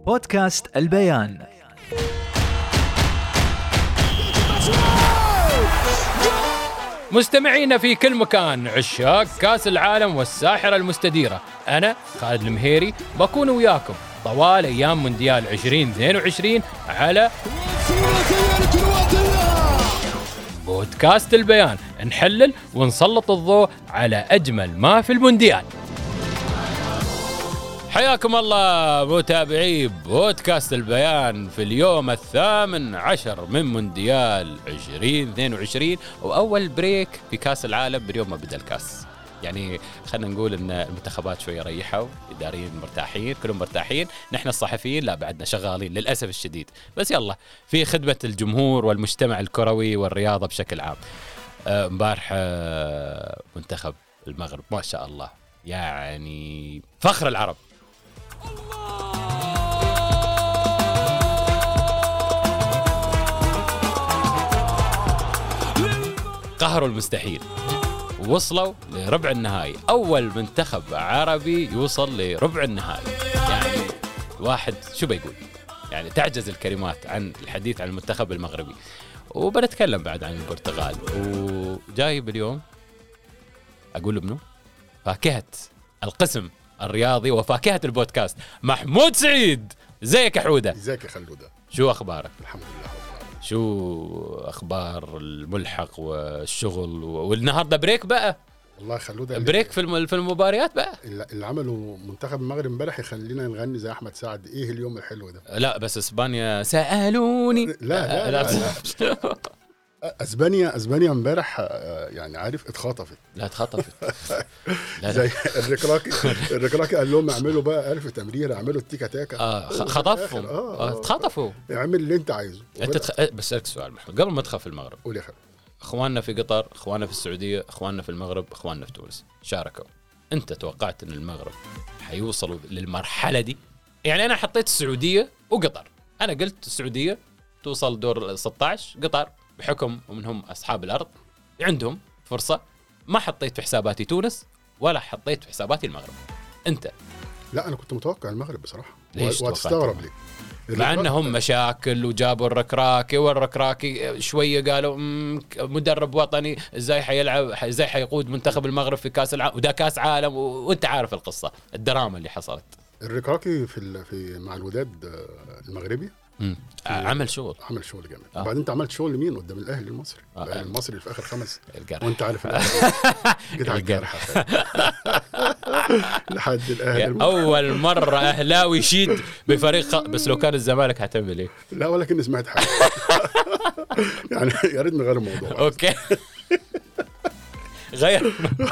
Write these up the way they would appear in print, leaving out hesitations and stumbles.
بودكاست البيان. مستمعينا في كل مكان، عشاق كاس العالم والساحرة المستديرة، أنا خالد المهيري بكون وياكم طوال أيام مونديال 2022 على بودكاست البيان. نحلل ونسلط الضوء على أجمل ما في المونديال. حياكم الله متابعي بودكاست البيان في اليوم 18 من مونديال 2022 وأول بريك في كاس العالم باليوم ما بدأ الكاس. يعني خلنا نقول إن المنتخبات شوية ريحوا، إداريين مرتاحين، كلهم مرتاحين. نحن الصحفيين لا، بعدنا شغالين للأسف الشديد، بس يلا في خدمة الجمهور والمجتمع الكروي والرياضة بشكل عام. مبارح منتخب المغرب ما شاء الله، يعني فخر العرب. قهروا المستحيل، وصلوا لربع النهائي. أول منتخب عربي يوصل لربع النهائي، يعني الواحد شو بيقول، يعني تعجز الكلمات عن الحديث عن المنتخب المغربي. وبنتكلم بعد عن البرتغال. وجايب اليوم أقول ابنه فاكهة القسم الرياضي وفاكهة البودكاست، محمود سعيد. ازيك يا حودة؟ ازيك يا خلودة؟ شو أخبارك؟ الحمد لله. شو أخبار الملحق والشغل والنهاردة بريك بقى؟ والله خلودة بريك في المباريات بقى. اللي عملوا منتخب المغرب امبارح يخلينا نغني زي أحمد سعد. ايه اليوم الحلو ده؟ لا بس اسبانيا سألوني. لا. اسبانيا امبارح يعني عارف اتخطفت. لا اتخطفت. زي الركراكي قال لهم اعملوا بقى 1000 تمريره، اعملوا التيكا تاكا. خطفهم. اتخطفوا. اعمل اللي انت عايزه. بس اسالك سؤال محمود قبل ما ادخل في المغرب. قول يا خالد. اخواننا في قطر، اخواننا في السعوديه، اخواننا في المغرب، اخواننا في تونس شاركوا. انت توقعت ان المغرب حيوصلوا للمرحله دي؟ يعني انا حطيت السعوديه وقطر، انا قلت السعوديه توصل دور 16، قطر بحكم ومنهم أصحاب الأرض عندهم فرصة. ما حطيت في حساباتي تونس ولا حطيت في حساباتي المغرب. أنت؟ لا أنا كنت متوقع المغرب بصراحة. ليش وتستغرب ليه؟ مع أنهم مشاكل وجابوا الركراكي، والركراكي شوية قالوا مدرب وطني ازاي حيلعب، ازاي حيقود منتخب المغرب في كاس العالم، وده كاس عالم وانت عارف القصة الدراما اللي حصلت. الركراكي في مع الوداد المغربي عمل شغل جامد. وبعدين انت عملت شغل مين قدام الاهلي المصري؟ الاهلي المصري في اخر 5 وانت عارف جيت على الجرح لحد الاهلي. اول مره اهلاوي يشيد بفريق بس لو كان الزمالك هتعمل ايه؟ لا ولكن سمعت حاجه يعني يا ريت نغير الموضوع. اوكي غير.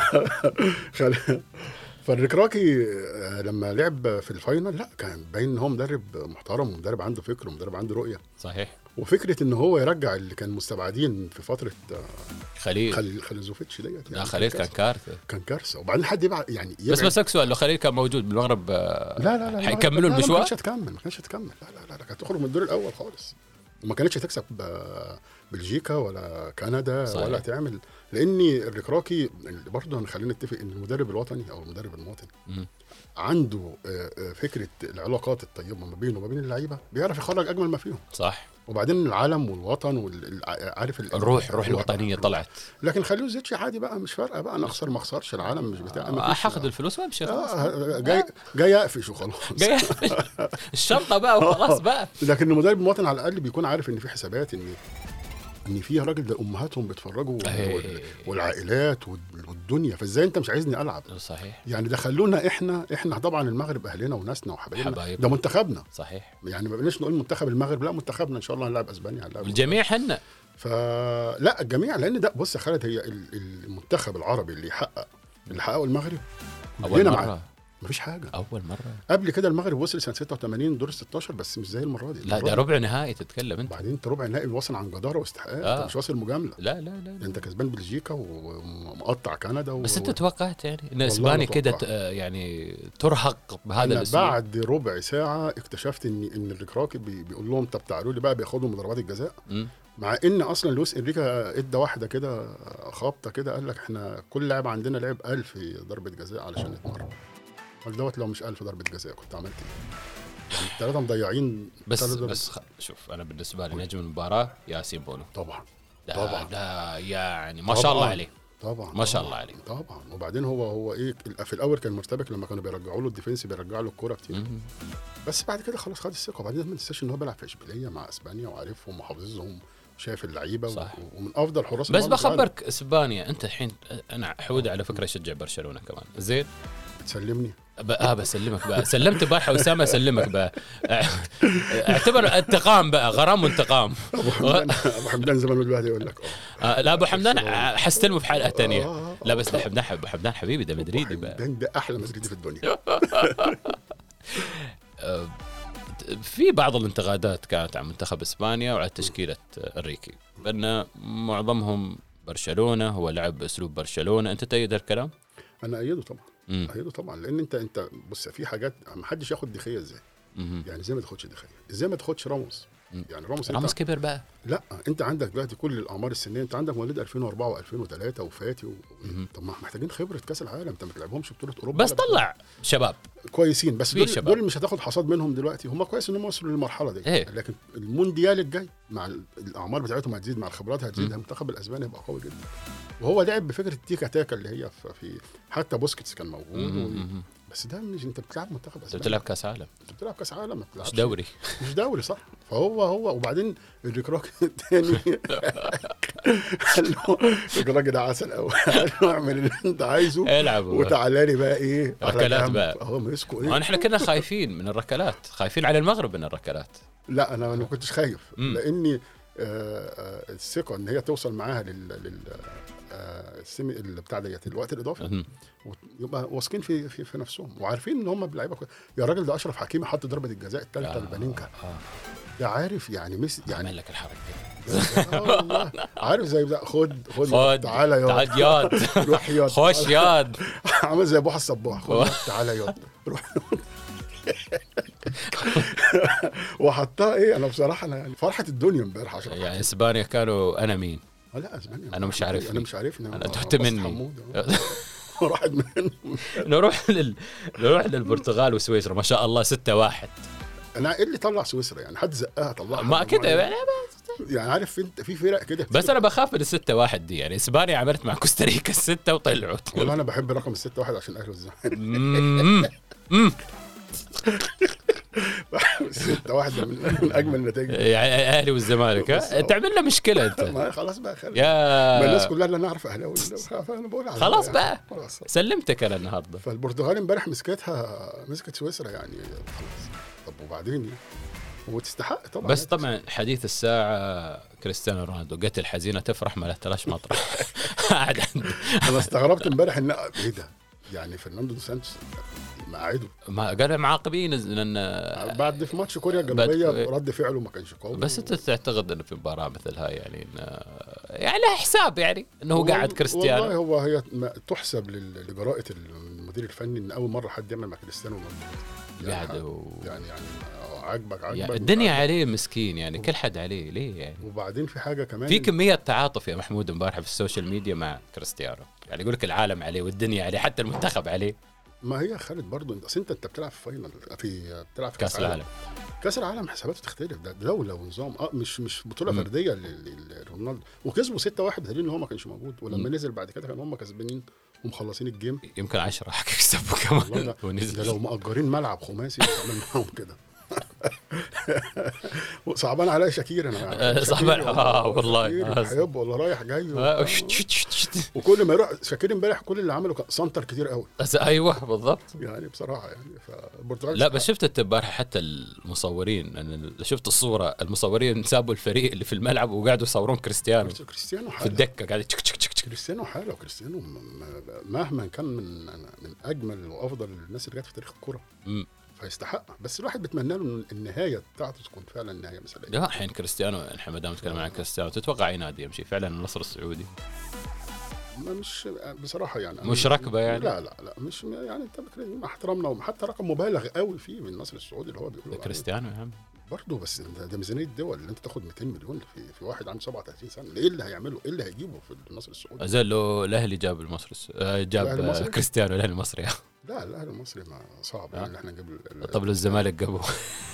فالركراكي لما لعب في الفاينل لا كان باين ان هو مدرب محترم ومدرب عنده فكر ومدرب عنده رؤيه. صحيح. وفكره ان هو يرجع اللي كان مستبعدين في فتره خليزوفيتش ديت. لا خليل كان كارثه. وبعدين حد يبعد يعني بس سؤال، لو خليل كان موجود بالمغرب لا حيكملوا المشوار؟ ما كانتش هتكمل. لا كانت تخرج من الدور الاول خالص، وما كانتش هتكسب بلجيكا ولا كندا. صحيح. ولا تعمل، لان الركراكي برضه خلينا نتفق ان المدرب الوطني او المدرب المواطن عنده فكره العلاقات الطيبه ما بينه وما بين اللعيبه، بيعرف يخرج اجمل ما فيهم. صح. وبعدين العالم والوطن عارف الروح الوطنيه طلعت. لكن خليه زيتش عادي بقى، مش فارقه بقى انا اخسر ما اخسرش، العالم مش بتاع هاخد الفلوس وامشي خلاص. جاي اقفش وخلاص. الشنطه بقى وخلاص بقى. لكن المدرب المواطن على الاقل بيكون عارف ان في حسابات، ان فيها راجل ده امهاتهم بيتفرجوا والعائلات والدنيا، فازاي انت مش عايزني العب؟ صحيح. يعني ده خلونا احنا طبعا المغرب اهلنا وناسنا وحبايبنا، ده منتخبنا. صحيح. يعني ما بقناش نقول منتخب المغرب، لا منتخبنا ان شاء الله هنلعب اسبانيا، هنلعب الجميع حنا. فلا الجميع، لان ده بص يا خالد، هي المنتخب العربي اللي حققه المغرب اول مره. مفيش حاجه اول مره. قبل كده المغرب وصل سنه 86 دور 16، بس مش زي المره دي. لا ده ربع نهائي تتكلم انت. بعدين انت ربع نهائي واصل عن جداره واستحقاق. انت مش واصل مجامله. لا انت كسبان بلجيكا ومقطع كندا بس انت توقعت يعني ان اسبانيا كده يعني ترهق بهذا الاسلوب؟ بعد ربع ساعه اكتشفت ان الركراكي بيقول لهم طب تعالوا لي بقى، بياخدوا من ضربات الجزاء. مع ان اصلا لويس انريكا ادى واحده كده خابطه كده، قال لك احنا كل لاعب عندنا لعب 1000 ضربه جزاء علشان نتمرن. قال دوت لو مش 1000 ضربه جزاء كنت عملت ايه؟ يعني الثلاثه مضيعين. بس شوف انا بالنسبه لي نجم المباراه ياسين بونو طبعا ده يعني ما شاء الله عليه طبعا ما شاء الله عليه طبعا. وبعدين هو ايه في الاول كان مرتبك لما كانوا بيرجعوا له الديفنس بيرجعوا له الكوره كتير بس بعد كده خلاص خد الثقه. وبعدين ما تنساش ان هو بيلعب في اشبيليه مع اسبانيا وعارفهم وحافظهم شايف اللعيبه ومن افضل حراس بس بخبرك اسبانيا انت الحين انا حود على فكره يشجع برشلونه كمان زين تسلمني بسلمك بقى سلمت بارحه اسامه اسلمك بقى اعتبر انتقام بقى غرام وانتقام. ابو حمدان زمان الواحد يقول لك لا ابو حمدان حستلمه في حلقه ثانيه. لا بس ابو حمدان حبيبي ده مدريدي بقى ده احلى مدريدي في الدنيا. في بعض الانتقادات كانت عن منتخب اسبانيا وعلى تشكيله انريكي بان معظمهم برشلونه هو لعب باسلوب برشلونه. انت تأيد الكلام؟ انا ايده طبعا ايده طبعا لان انت بص في حاجات ما حدش ياخد دخيه ازاي يعني زي ما تاخدش دخيه ازاي ما تاخدش راموس يعني راموس كبر بقى. لا انت عندك دلوقتي كل الاعمار السنيه انت عندك مواليد 2004 و2003 وفاتي طب ما محتاجين خبره كاس العالم انت ما تلعبهمش بطوله اوروبا بس طلع شباب كويسين بس دول مش هتاخد حصاد منهم دلوقتي. هم كويس ان هم وصلوا للمرحله دي لكن المونديال الجاي مع الاعمار بتاعتهم هتزيد مع الخبرات هتزيد المنتخب الاسباني هيبقى قوي جدا. وهو لعب بفكره التيكا تاكا اللي هي في حتى بوسكيتس كان موجود بس ده مش انت بتلعب منتخب اسباني بتلعب كاس عالم ما بتلعبش مش دوري صح. فهو وبعدين الركراك الثاني الراجل ده عسل قوي قال له اعمل اللي انت عايزه العب وتعالى لي بقى ايه ركلات بقى. هو مسكوا ايه احنا كنا خايفين من الركلات خايفين على المغرب من الركلات. لا انا ما كنتش خايف لاني الثقه ان هي توصل معاها لل السيمي اللي بتاع ديت الوقت الاضافي ويبقى واثقين في نفسهم وعارفين ان هم بيلعبوا يا راجل. ده اشرف حكيمي حط ضربه الجزاء الثالثه لبانينكا ده عارف يعني يعني عمل لك الحركه دي عارف زي ده خد تعالى ياض روح ياض خش ياض عامل زي ابو الصباح خد تعالى ياض روح وحطها ايه. انا بصراحه انا يعني فرحه الدنيا امبارح عشان يعني اسبانيا كانوا انا مين لا اسبانيا انا مش عارفني انا تحت مني راحت منهم. نروح للبرتغال وسويسرا ما شاء الله 6-1. انا ايه اللي طلع سويسرا يعني حد زقها طلعها ما كده يعني عارف انت في فرق كده بس انا بخاف من 6-1 دي يعني اسبانيا عملت مع كوستاريكا 6 وطلعوا. والله انا بحب رقم 6-1 عشان اهلي والزمالك 6-1 من اجمل النتائج يعني اهلي والزمالك تعمل لنا مشكله انت خلاص بقى يا الناس كلها اللي نعرف اهلاوي انا بقول خلاص بقى سلمتك انا النهارده. فالبرتغال امبارح مسكت سويسرا يعني خلاص. طب وبعدين وتستحق طبعا بس طبعا حديث الساعه كريستيانو رونالدو قتل حزينه تفرح ما لهاش مطرح. انا استغربت امبارح ان ايه ده يعني فرناندو دو سانتوس مقعده ما قال معاقبين لان بعد في ماتش كوريا الجنوبيه رد فعله ما كانش قوي. بس انت تعتقد انه في مباراه مثل هاي يعني يعني لها حساب يعني انه قاعد كريستيانو والله هي تحسب لجرائه المدير الفني ان اول مره حد يعمل مع كريستيانو قاعد يعني عاجبك يعني الدنيا عليه مسكين يعني كل حد عليه ليه يعني. وبعدين في حاجه كمان في كميه تعاطف يا محمود امبارح في السوشيال ميديا مع كريستيانو يعني يقول لك العالم عليه والدنيا عليه حتى المنتخب عليه. ما هي خالد برضو انت بتلعب في فاينل بتلعب في كاس العالم. كاس العالم حساباته تختلف ده دوله ونظام مش بطوله فرديه لرونالدو وكسبوا 6-1 دليل ان هو ما كانش موجود ولما نزل بعد كده كانوا هم كسبانين ومخلصين الجيم يمكن 10 هيكسبوا كمان ونزل ده لو مأجرين ملعب خماسي تعمل معاهم كده. صعبان عليا شاكير انا صعبان والله حيب والله رايح جاي وكل ما يروح شاكير امبارح كل اللي عمله سنتر كتير قوي. ايوه بالضبط يعني بصراحه يعني فالبرتغال لا بس شفت امبارح حتى المصورين انا شفت الصوره المصورين سابوا الفريق اللي في الملعب وقعدوا يصورون كريستيانو في الدكه قاعد كريستيانو حاله وكريستيانو مهما كان من اجمل وافضل الناس اللي جت في تاريخ الكوره فيستحق. بس الواحد بيتمنى له النهايه بتاعته تكون فعلا نهايه مثاليه. لا الحين كريستيانو احنا ما دام نتكلم عن كريستيانو تتوقع اي نادي يمشي فعلا النصر السعودي؟ مش بصراحه يعني مش ركبه يعني لا مش يعني انت مع احترامنا وحتى رقم مبالغ قوي فيه من النصر السعودي اللي هو بيقولوا كريستيانو يا عم برضه بس ده ميزانيه الدول اللي انت تاخد 200 مليون في واحد عنده 37 سنه ايه اللي هيعمله ايه اللي هيجيبه في النصر السعودي؟ زي لو الاهلي جاب المصري جاب كريستيانو الاهلي المصري لا الاهلي المصري ما صعب يعني احنا نجيب طب لو الزمالك جابه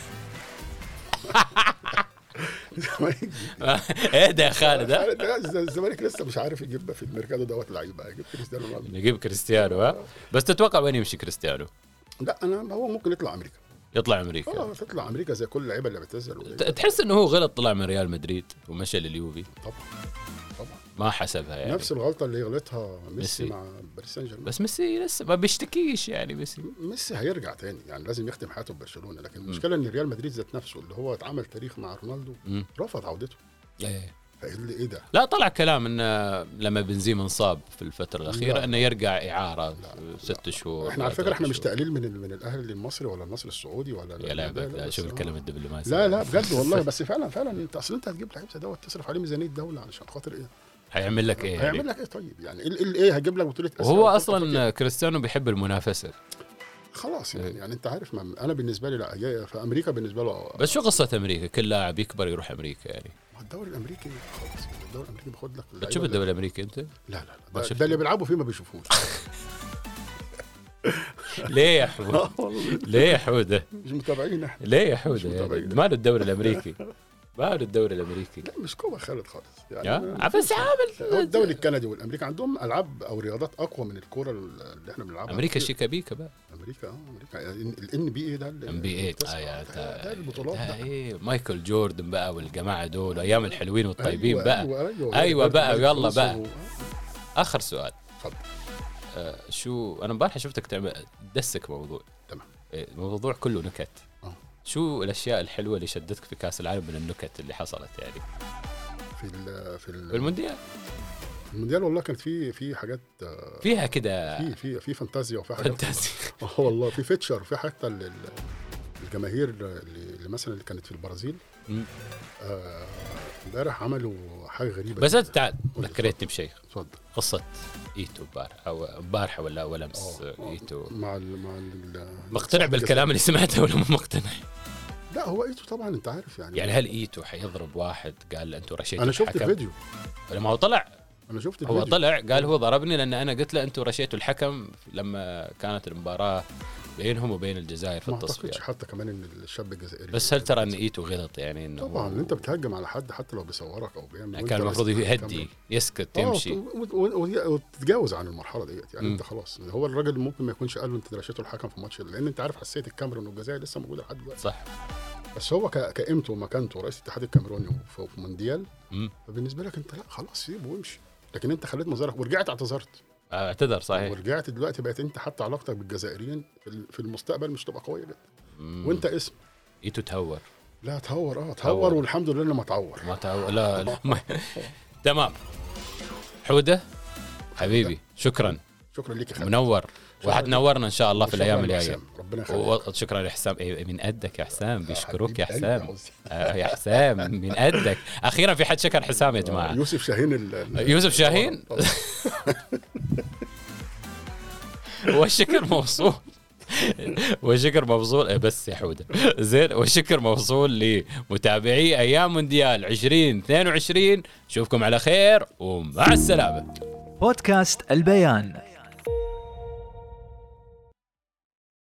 ايه ده يا خالد؟ الزمالك لسه مش عارف يجيب في الميركاتو دوت لعيبه، يجيب كريستيانو رونالدو. نجيب كريستيانو ها؟ بس تتوقع وين يمشي كريستيانو؟ لا هو ممكن يطلع امريكا. يطلع امريكا. تطلع امريكا زي كل اللعيبه اللي بتنزل. تحس انه هو غلط طلع من ريال مدريد ومشى لليوفي؟ طبعا ما حسبها يعني. نفس الغلطه اللي غلطها ميسي مع باريس سان جيرمان. بس ميسي لسه ما بيشتكيش يعني. ميسي هيرجع تاني يعني، لازم يختم حياته ببرشلونه. لكن المشكله ان ريال مدريد ذات نفسه اللي هو اتعمل تاريخ مع رونالدو رفض عودته. ايه ده؟ لا طلع كلام انه لما بنزيما انصاب في الفتره الاخيره انه يرجع اعاره 6 شهور. احنا على فكره احنا مش تقليل من الاهلي المصري ولا النصر السعودي ولا يا لا شوف الكلام الدبلوماسي. لا بجد والله. بس فعلا انت اصل انت هتجيب لعيب زي دوت تصرف عليه ميزانيه دوله علشان خاطر ايه؟ هيعمل لك ايه؟ هيعمل لك ايه طيب يعني ايه هجيب لك بطوله اسيا. وهو اصلا كريستيانو بيحب المنافسه خلاص يعني انت عارف. انا بالنسبه لي لا، في امريكا بالنسبه له. بس شو قصه امريكا؟ كل لاعب يكبر يروح امريكا يعني. الدوري الامريكي خلاص، الدوري الامريكي بياخد لك. بتشوف الدوري الامريكي انت؟ لا ده اللي بيلعبوا فيه ما بيشوفوش. ليه يا حوده؟ ليه يا حوده؟ مش متابعين احنا. ليه يا حوده؟ يعني ماله الدوري الامريكي؟ ماله الدوري الامريكي؟ لا مش قوه خالد خالص يعني. بس عامل الدوري الكندي والامريكي عندهم العاب او رياضات اقوى من الكوره اللي احنا بنلعبها. امريكا شيكابيكا بقى. امريكا الان بي اي ده ده البطولات ده. ايه مايكل جوردن بقى والجماعه دول ايام الحلوين والطيبين بقى. ايوه بقى يلا بقى. اخر سؤال اتفضل. شو انا امبارح شفتك تعمل دسك موضوع. تمام. الموضوع كله نكت. شو الاشياء الحلوه اللي شدتك في كاس العالم من النكت اللي حصلت يعني في المونديال؟ المونديال والله كانت في حاجات فيها كده، في فانتازيا وفي حاجات والله في فيتشر، في حتى الجماهير اللي مثلا اللي كانت في البرازيل امبارح عملوا حاجه غريبه. بس تعال ذكرتني بشيء. اتفضل. قصه ايتو امبارح ولا امس ايتو مع مقتنع بالكلام اللي سمعته ولا مو مقتنع؟ لا هو ايتو طبعا انت عارف يعني هل ايتو حيضرب واحد قال انتوا رشيتوا انا شفت الفيديو لما هو طلع. انا شفت الفيديو. هو طلع قال هو ضربني لان انا قلت له انتوا رشيتوا الحكم لما كانت المباراه بينهم وبين الجزائر في التصفيات. ما اعتقدش حتى كمان ان الشاب الجزائري. بس هل ترى ان ايتو غلط يعني انه طبعا انت بتهجم على حد حتى لو بيصورك او بيعمل يعني كان المفروض يهدي يسكت يمشي وتتجاوز عن المرحله ديت يعني. انت خلاص هو الراجل ممكن ما يكونش قال له انت رشيته الحكم في ماتش، لان انت عارف حساسيه الكاميرون والجزائر لسه موجوده لحد دلوقتي. صح. بس هو كقيمته ومكانته رئيس الاتحاد الكاميروني في مونديال فبالنسبه لك انت لا خلاص سيبه وامشي. لكن انت خليت مظهرك ورجعت اعتذرت. اعتذر صحيح. ورجعت دلوقتي بقت انت حتى علاقتك بالجزائريين في المستقبل مش تبقى قويه جدا. وانت اسم ايتو تهور. لا تهور والحمد لله انه ما تعور. لا تمام. حوده حبيبي شكرا لك يا خالد. منور وحتنورنا ان شاء الله في الايام الجايه. ربنا يخليك. شكرا يا حسام. من قدك يا حسام. بيشكروك يا حسام. يا حسام من قدك. اخيرا في حد شكر حسام يا جماعه. يوسف شاهين يوسف شاهين. والشكر موصول. والشكر موصول بس يا حوده زين. والشكر موصول لمتابعي ايام مونديال 2022. نشوفكم على خير ومع السلامه. بودكاست البيان.